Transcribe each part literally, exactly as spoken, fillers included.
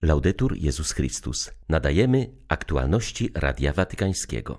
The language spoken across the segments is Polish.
Laudetur Jezus Chrystus. Nadajemy aktualności Radia Watykańskiego.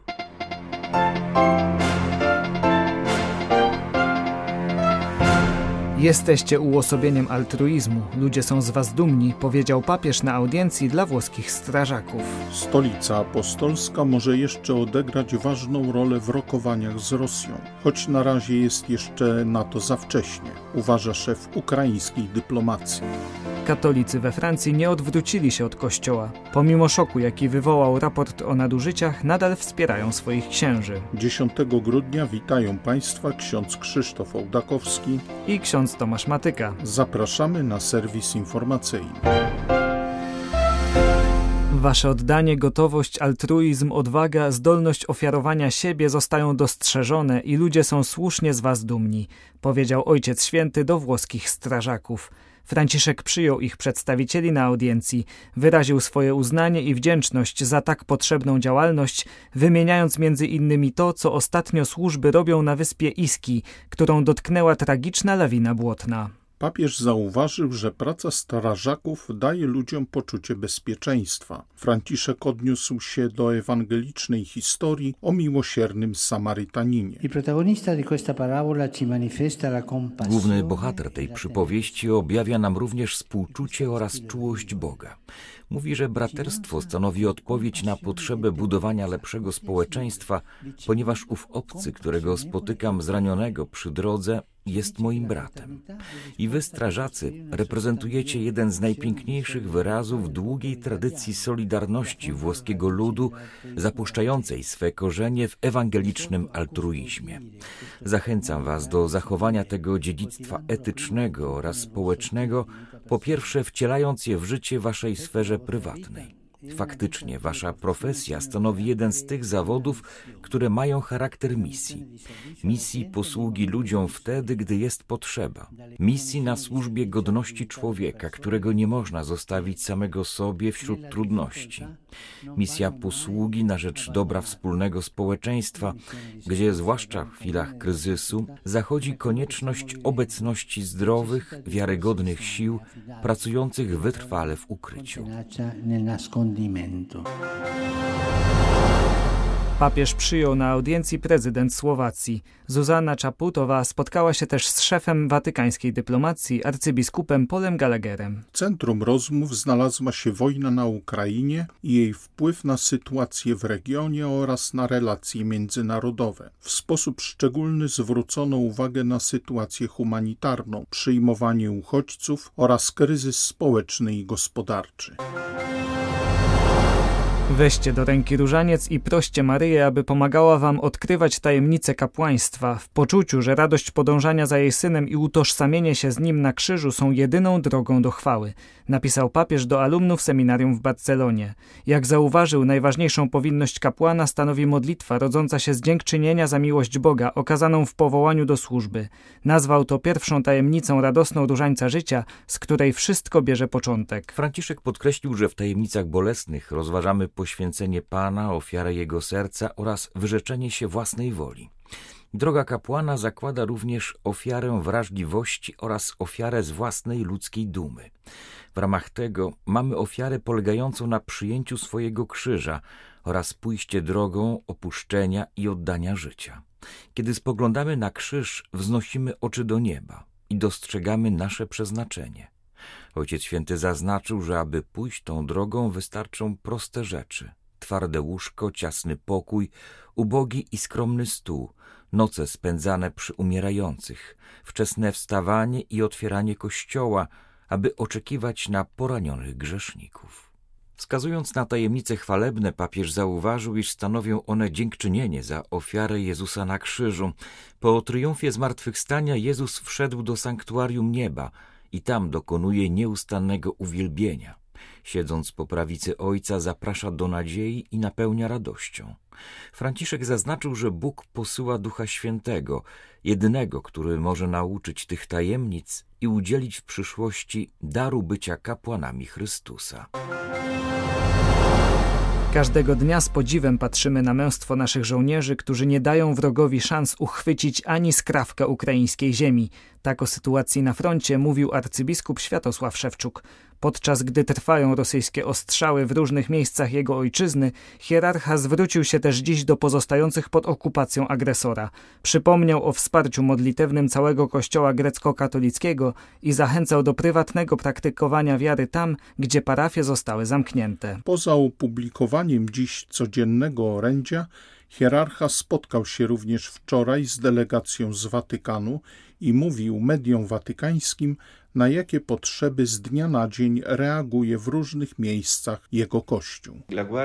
Jesteście uosobieniem altruizmu. Ludzie są z was dumni, powiedział papież na audiencji dla włoskich strażaków. Stolica Apostolska może jeszcze odegrać ważną rolę w rokowaniach z Rosją, choć na razie jest jeszcze na to za wcześnie, uważa szef ukraińskiej dyplomacji. Katolicy we Francji nie odwrócili się od Kościoła. Pomimo szoku, jaki wywołał raport o nadużyciach, nadal wspierają swoich księży. dziesiątego grudnia witają Państwa ksiądz Krzysztof Ołdakowski i ksiądz Tomasz Matyka. Zapraszamy na serwis informacyjny. Wasze oddanie, gotowość, altruizm, odwaga, zdolność ofiarowania siebie zostają dostrzeżone i ludzie są słusznie z was dumni, powiedział Ojciec Święty do włoskich strażaków. Franciszek przyjął ich przedstawicieli na audiencji, wyraził swoje uznanie i wdzięczność za tak potrzebną działalność, wymieniając między innymi to, co ostatnio służby robią na wyspie Iski, którą dotknęła tragiczna lawina błotna. Papież zauważył, że praca strażaków daje ludziom poczucie bezpieczeństwa. Franciszek odniósł się do ewangelicznej historii o miłosiernym Samarytaninie. Główny bohater tej przypowieści objawia nam również współczucie oraz czułość Boga. Mówi, że braterstwo stanowi odpowiedź na potrzebę budowania lepszego społeczeństwa, ponieważ ów obcy, którego spotykam zranionego przy drodze, jest moim bratem. I wy, strażacy, reprezentujecie jeden z najpiękniejszych wyrazów długiej tradycji solidarności włoskiego ludu, zapuszczającej swe korzenie w ewangelicznym altruizmie. Zachęcam was do zachowania tego dziedzictwa etycznego oraz społecznego, po pierwsze wcielając je w życie waszej sferze prywatnej. Faktycznie, wasza profesja stanowi jeden z tych zawodów, które mają charakter misji. Misji posługi ludziom wtedy, gdy jest potrzeba. Misji na służbie godności człowieka, którego nie można zostawić samego sobie wśród trudności. Misja posługi na rzecz dobra wspólnego społeczeństwa, gdzie zwłaszcza w chwilach kryzysu zachodzi konieczność obecności zdrowych, wiarygodnych sił, pracujących wytrwale w ukryciu. Papież przyjął na audiencji prezydent Słowacji. Zuzanna Czaputowa spotkała się też z szefem watykańskiej dyplomacji, arcybiskupem Polem Gallagherem. W centrum rozmów znalazła się wojna na Ukrainie i jej wpływ na sytuację w regionie oraz na relacje międzynarodowe. W sposób szczególny zwrócono uwagę na sytuację humanitarną, przyjmowanie uchodźców oraz kryzys społeczny i gospodarczy. Weźcie do ręki różaniec i proście Maryję, aby pomagała wam odkrywać tajemnice kapłaństwa, w poczuciu, że radość podążania za jej synem i utożsamienie się z nim na krzyżu są jedyną drogą do chwały, napisał papież do alumnów seminarium w Barcelonie. Jak zauważył, najważniejszą powinność kapłana stanowi modlitwa rodząca się z dziękczynienia za miłość Boga, okazaną w powołaniu do służby. Nazwał to pierwszą tajemnicą radosną różańca życia, z której wszystko bierze początek. Franciszek podkreślił, że w tajemnicach bolesnych rozważamy poświęcenie Pana, ofiarę Jego serca oraz wyrzeczenie się własnej woli. Droga kapłana zakłada również ofiarę wrażliwości oraz ofiarę z własnej ludzkiej dumy. W ramach tego mamy ofiarę polegającą na przyjęciu swojego krzyża oraz pójście drogą opuszczenia i oddania życia. Kiedy spoglądamy na krzyż, wznosimy oczy do nieba i dostrzegamy nasze przeznaczenie. Ojciec Święty zaznaczył, że aby pójść tą drogą wystarczą proste rzeczy. Twarde łóżko, ciasny pokój, ubogi i skromny stół, noce spędzane przy umierających, wczesne wstawanie i otwieranie kościoła, aby oczekiwać na poranionych grzeszników. Wskazując na tajemnice chwalebne, papież zauważył, iż stanowią one dziękczynienie za ofiarę Jezusa na krzyżu. Po triumfie zmartwychwstania Jezus wszedł do sanktuarium nieba i tam dokonuje nieustannego uwielbienia. Siedząc po prawicy Ojca, zaprasza do nadziei i napełnia radością. Franciszek zaznaczył, że Bóg posyła Ducha Świętego, jedynego, który może nauczyć tych tajemnic i udzielić w przyszłości daru bycia kapłanami Chrystusa. Każdego dnia z podziwem patrzymy na męstwo naszych żołnierzy, którzy nie dają wrogowi szans uchwycić ani skrawka ukraińskiej ziemi. Tak o sytuacji na froncie mówił arcybiskup Światosław Szewczuk. Podczas gdy trwają rosyjskie ostrzały w różnych miejscach jego ojczyzny, hierarcha zwrócił się też dziś do pozostających pod okupacją agresora. Przypomniał o wsparciu modlitewnym całego kościoła grecko-katolickiego i zachęcał do prywatnego praktykowania wiary tam, gdzie parafie zostały zamknięte. Poza opublikowaniem dziś codziennego orędzia, hierarcha spotkał się również wczoraj z delegacją z Watykanu i mówił mediom watykańskim, na jakie potrzeby z dnia na dzień reaguje w różnych miejscach jego Kościół.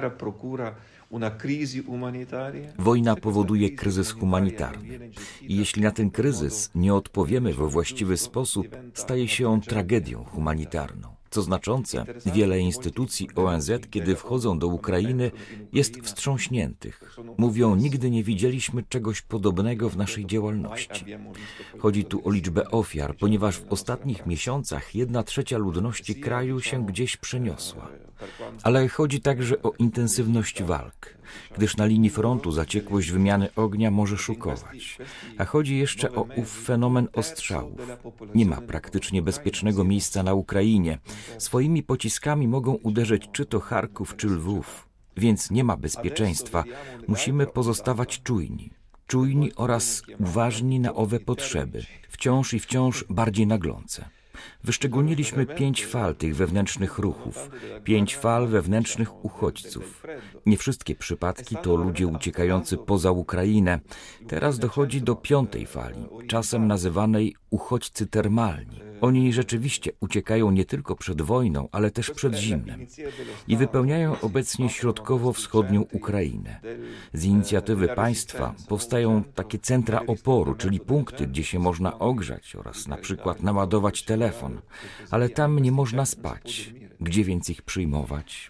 Wojna powoduje kryzys humanitarny i jeśli na ten kryzys nie odpowiemy we właściwy sposób, staje się on tragedią humanitarną. Co znaczące, wiele instytucji O N Z, kiedy wchodzą do Ukrainy, jest wstrząśniętych. Mówią, nigdy nie widzieliśmy czegoś podobnego w naszej działalności. Chodzi tu o liczbę ofiar, ponieważ w ostatnich miesiącach jedna trzecia ludności kraju się gdzieś przeniosła. Ale chodzi także o intensywność walk, gdyż na linii frontu zaciekłość wymiany ognia może szokować. A chodzi jeszcze o ów fenomen ostrzałów. Nie ma praktycznie bezpiecznego miejsca na Ukrainie. Swoimi pociskami mogą uderzyć czy to Charków, czy Lwów. Więc nie ma bezpieczeństwa. Musimy pozostawać czujni. Czujni oraz uważni na owe potrzeby. Wciąż i wciąż bardziej naglące. Wyszczególniliśmy pięć fal tych wewnętrznych ruchów, pięć fal wewnętrznych uchodźców. Nie wszystkie przypadki to ludzie uciekający poza Ukrainę. Teraz dochodzi do piątej fali, czasem nazywanej uchodźcy termalni. Oni rzeczywiście uciekają nie tylko przed wojną, ale też przed zimnem i wypełniają obecnie środkowo-wschodnią Ukrainę. Z inicjatywy państwa powstają takie centra oporu, czyli punkty, gdzie się można ogrzać oraz na przykład naładować telefon, ale tam nie można spać. Gdzie więc ich przyjmować?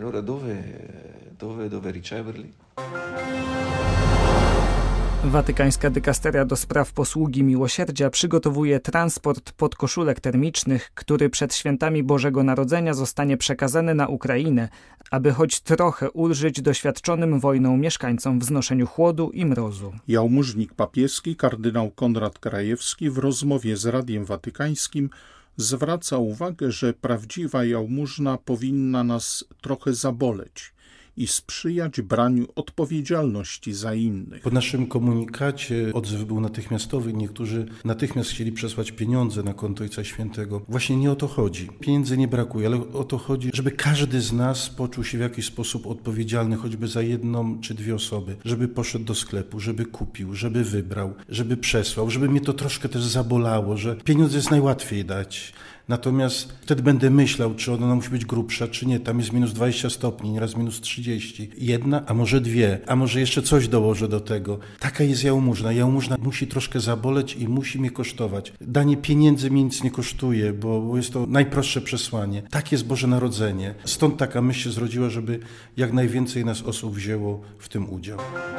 Watykańska dykasteria do spraw posługi miłosierdzia przygotowuje transport podkoszulek termicznych, który przed świętami Bożego Narodzenia zostanie przekazany na Ukrainę, aby choć trochę ulżyć doświadczonym wojną mieszkańcom w znoszeniu chłodu i mrozu. Jałmużnik papieski kardynał Konrad Krajewski w rozmowie z Radiem Watykańskim zwraca uwagę, że prawdziwa jałmużna powinna nas trochę zaboleć i sprzyjać braniu odpowiedzialności za innych. Po naszym komunikacie odzew był natychmiastowy. Niektórzy natychmiast chcieli przesłać pieniądze na konto Ojca Świętego. Właśnie nie o to chodzi. Pieniędzy nie brakuje, ale o to chodzi, żeby każdy z nas poczuł się w jakiś sposób odpowiedzialny, choćby za jedną czy dwie osoby. Żeby poszedł do sklepu, żeby kupił, żeby wybrał, żeby przesłał, żeby mnie to troszkę też zabolało, że pieniądze jest najłatwiej dać. Natomiast wtedy będę myślał, czy ona musi być grubsza, czy nie. Tam jest minus dwadzieścia stopni, nieraz minus trzydzieści. Jedna, a może dwie, a może jeszcze coś dołożę do tego. Taka jest jałmużna. Jałmużna musi troszkę zaboleć i musi mnie kosztować. Danie pieniędzy mi nic nie kosztuje, bo jest to najprostsze przesłanie. Tak jest Boże Narodzenie. Stąd taka myśl się zrodziła, żeby jak najwięcej nas osób wzięło w tym udział.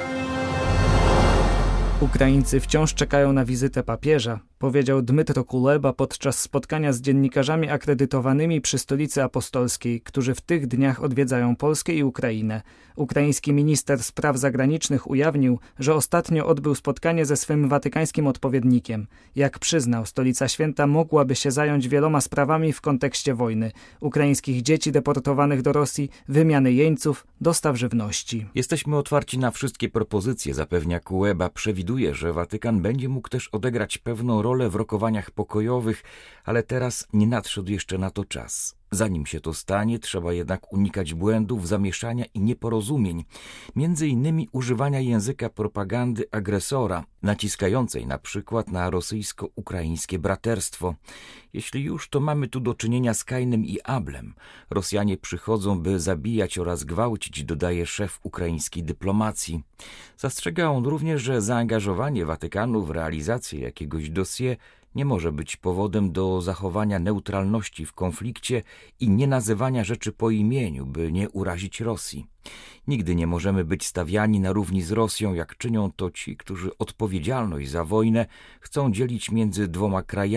Ukraińcy wciąż czekają na wizytę papieża, powiedział Dmytro Kuleba podczas spotkania z dziennikarzami akredytowanymi przy Stolicy Apostolskiej, którzy w tych dniach odwiedzają Polskę i Ukrainę. Ukraiński minister spraw zagranicznych ujawnił, że ostatnio odbył spotkanie ze swym watykańskim odpowiednikiem. Jak przyznał, Stolica Święta mogłaby się zająć wieloma sprawami w kontekście wojny, ukraińskich dzieci deportowanych do Rosji, wymiany jeńców, dostaw żywności. Jesteśmy otwarci na wszystkie propozycje, zapewnia Kuleba. Przewiduje, że Watykan będzie mógł też odegrać pewną rolę w rokowaniach pokojowych, ale teraz nie nadszedł jeszcze na to czas. Zanim się to stanie, trzeba jednak unikać błędów, zamieszania i nieporozumień, między innymi używania języka propagandy agresora, naciskającej na przykład na rosyjsko-ukraińskie braterstwo. Jeśli już, to mamy tu do czynienia z Kainem i Ablem. Rosjanie przychodzą, by zabijać oraz gwałcić, dodaje szef ukraińskiej dyplomacji. Zastrzega on również, że zaangażowanie Watykanu w realizację jakiegoś dossier nie może być powodem do zachowania neutralności w konflikcie i nie nazywania rzeczy po imieniu, by nie urazić Rosji. Nigdy nie możemy być stawiani na równi z Rosją, jak czynią to ci, którzy odpowiedzialność za wojnę chcą dzielić między dwoma krajami.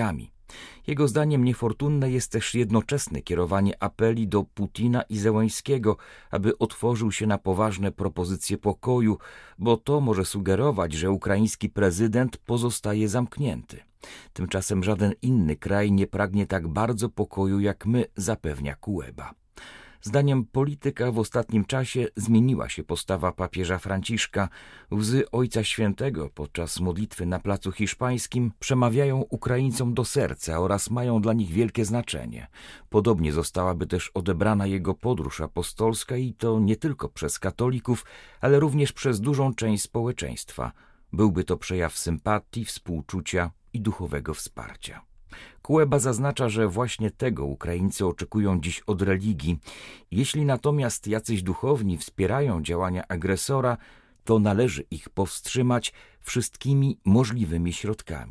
Jego zdaniem niefortunne jest też jednoczesne kierowanie apeli do Putina i Zełenskiego, aby otworzył się na poważne propozycje pokoju, bo to może sugerować, że ukraiński prezydent pozostaje zamknięty. Tymczasem żaden inny kraj nie pragnie tak bardzo pokoju jak my, zapewnia Kuleba. Zdaniem polityka w ostatnim czasie zmieniła się postawa papieża Franciszka. Łzy Ojca Świętego podczas modlitwy na Placu Hiszpańskim przemawiają Ukraińcom do serca oraz mają dla nich wielkie znaczenie. Podobnie zostałaby też odebrana jego podróż apostolska i to nie tylko przez katolików, ale również przez dużą część społeczeństwa. Byłby to przejaw sympatii, współczucia i duchowego wsparcia. Kuleba zaznacza, że właśnie tego Ukraińcy oczekują dziś od religii. Jeśli natomiast jacyś duchowni wspierają działania agresora, to należy ich powstrzymać wszystkimi możliwymi środkami.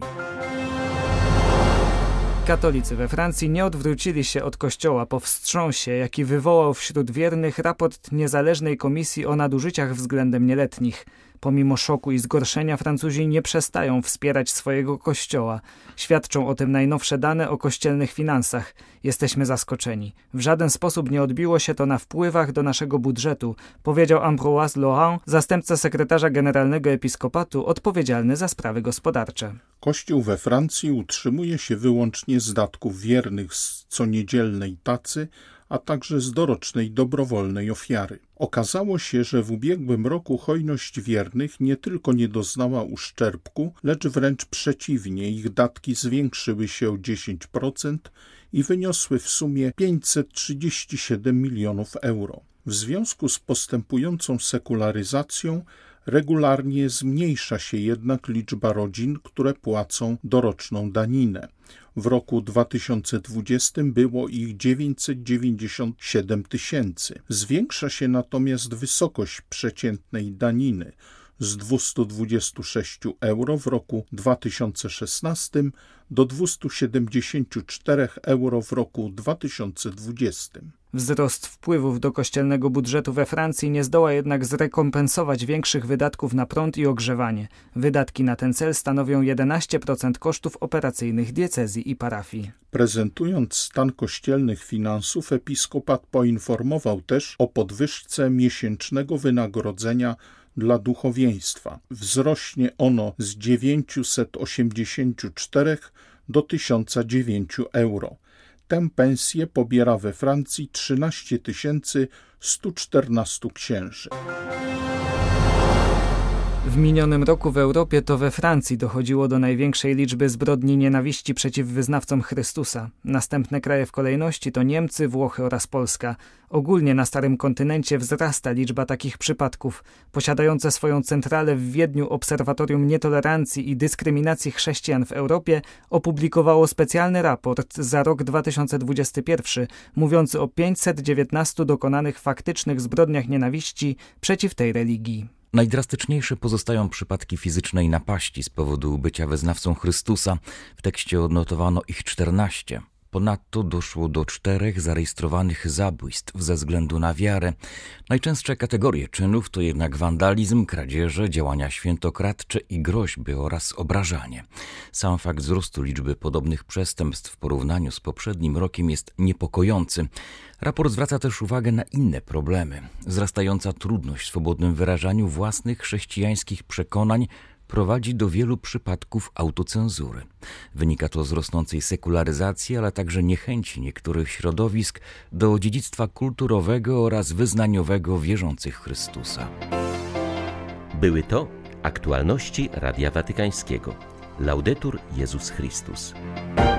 Katolicy we Francji nie odwrócili się od Kościoła po wstrząsie, jaki wywołał wśród wiernych raport niezależnej komisji o nadużyciach względem nieletnich. Pomimo szoku i zgorszenia Francuzi nie przestają wspierać swojego Kościoła. Świadczą o tym najnowsze dane o kościelnych finansach. Jesteśmy zaskoczeni. W żaden sposób nie odbiło się to na wpływach do naszego budżetu, powiedział Ambroise Laurent, zastępca sekretarza generalnego episkopatu odpowiedzialny za sprawy gospodarcze. Kościół we Francji utrzymuje się wyłącznie z datków wiernych z coniedzielnej tacy, a także z dorocznej dobrowolnej ofiary. Okazało się, że w ubiegłym roku hojność wiernych nie tylko nie doznała uszczerbku, lecz wręcz przeciwnie, ich datki zwiększyły się o dziesięć procent i wyniosły w sumie pięćset trzydzieści siedem milionów euro. W związku z postępującą sekularyzacją regularnie zmniejsza się jednak liczba rodzin, które płacą doroczną daninę. W roku dwa tysiące dwudziestym było ich dziewięćset dziewięćdziesiąt siedem tysięcy. Zwiększa się natomiast wysokość przeciętnej daniny z dwieście dwadzieścia sześć euro w roku dwa tysiące szesnastym do dwieście siedemdziesiąt cztery euro w roku dwa tysiące dwudziestym. Wzrost wpływów do kościelnego budżetu we Francji nie zdoła jednak zrekompensować większych wydatków na prąd i ogrzewanie. Wydatki na ten cel stanowią jedenaście procent kosztów operacyjnych diecezji i parafii. Prezentując stan kościelnych finansów, episkopat poinformował też o podwyżce miesięcznego wynagrodzenia dla duchowieństwa. Wzrośnie ono z dziewięćset osiemdziesiąt cztery do tysiąc dziewięć euro. Tę pensję pobiera we Francji trzynaście tysięcy sto czternaście księży. W minionym roku w Europie to we Francji dochodziło do największej liczby zbrodni nienawiści przeciw wyznawcom Chrystusa. Następne kraje w kolejności to Niemcy, Włochy oraz Polska. Ogólnie na starym kontynencie wzrasta liczba takich przypadków. Posiadające swoją centralę w Wiedniu Obserwatorium Nietolerancji i Dyskryminacji Chrześcijan w Europie opublikowało specjalny raport za rok dwa tysiące dwudziesty pierwszy, mówiący o pięćset dziewiętnastu dokonanych faktycznych zbrodniach nienawiści przeciw tej religii. Najdrastyczniejsze pozostają przypadki fizycznej napaści z powodu bycia wyznawcą Chrystusa. W tekście odnotowano ich czternaście. Ponadto doszło do czterech zarejestrowanych zabójstw ze względu na wiarę. Najczęstsze kategorie czynów to jednak wandalizm, kradzieże, działania świętokradcze i groźby oraz obrażanie. Sam fakt wzrostu liczby podobnych przestępstw w porównaniu z poprzednim rokiem jest niepokojący. Raport zwraca też uwagę na inne problemy. Wzrastająca trudność w swobodnym wyrażaniu własnych chrześcijańskich przekonań prowadzi do wielu przypadków autocenzury. Wynika to z rosnącej sekularyzacji, ale także niechęci niektórych środowisk do dziedzictwa kulturowego oraz wyznaniowego wierzących Chrystusa. Były to aktualności Radia Watykańskiego. Laudetur Jezus Chrystus.